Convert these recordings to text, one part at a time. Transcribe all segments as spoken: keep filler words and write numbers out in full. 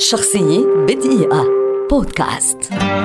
شخصية بدقيقة بودكاست.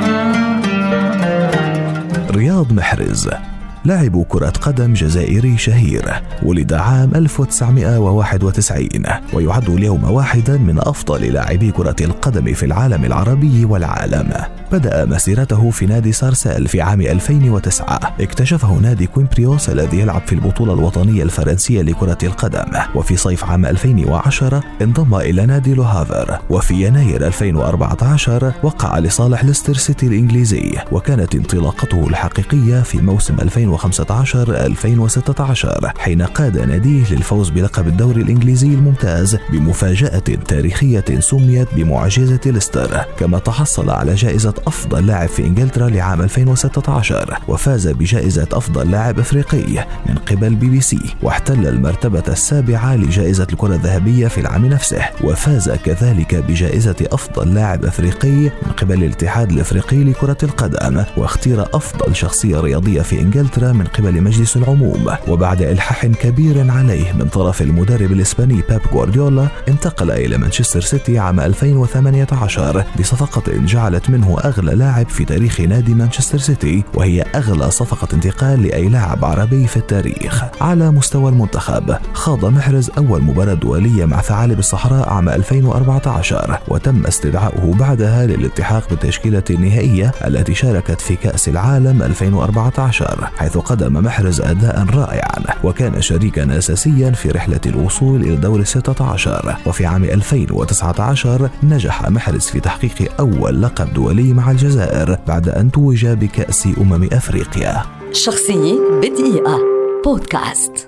رياض محرز لاعب كرة قدم جزائري شهير، ولد عام ألف وتسعمائة وواحد وتسعين ويعد اليوم واحدا من أفضل لاعبي كرة القدم في العالم العربي والعالم. بدأ مسيرته في نادي سارسيل في عام ألفين وتسعة، اكتشفه نادي كويمبريوس الذي يلعب في البطولة الوطنية الفرنسية لكرة القدم، وفي صيف عام ألفين وعشرة انضم إلى نادي لو هافر، وفي يناير ألفين وأربعة عشر وقع لصالح ليستر سيتي الإنجليزي، وكانت انطلاقته الحقيقية في موسم ألفين وخمسة عشر ألفين وستة عشر حين قاد ناديه للفوز بلقب الدوري الإنجليزي الممتاز بمفاجأة تاريخية سميت بمعجزة ليستر. كما تحصل على جائزة أفضل لاعب في إنجلترا لعام ألفين وستة عشر، وفاز بجائزة أفضل لاعب أفريقي من قبل بي بي سي، واحتل المرتبة السابعة لجائزة الكرة الذهبية في العام نفسه، وفاز كذلك بجائزة أفضل لاعب أفريقي من قبل الاتحاد الأفريقي لكرة القدم، واختير أفضل شخصية رياضية في إنجلترا من قبل مجلس العموم. وبعد إلحاح كبير عليه من طرف المدرب الإسباني بيب غوارديولا، انتقل إلى مانشستر سيتي عام ألفين وثمانية عشر بصفقة جعلت منه أغلى لاعب في تاريخ نادي مانشستر سيتي، وهي أغلى صفقة انتقال لأي لاعب عربي في التاريخ. على مستوى المنتخب، خاض محرز أول مباراة دولية مع ثعالب الصحراء عام ألفين وأربعة عشر، وتم استدعاؤه بعدها للالتحاق بالتشكيلة النهائية التي شاركت في كأس العالم ألفين وأربعة عشر، حيث قدم محرز أداء رائعا، وكان شريكا أساسيا في رحلة الوصول إلى دور الستة عشر. وفي عام ألفين وتسعة عشر نجح محرز في تحقيق أول لقب دولي مع الجزائر بعد أن توج بكأس أمم أفريقيا. شخصية بدقيقة بودكاست.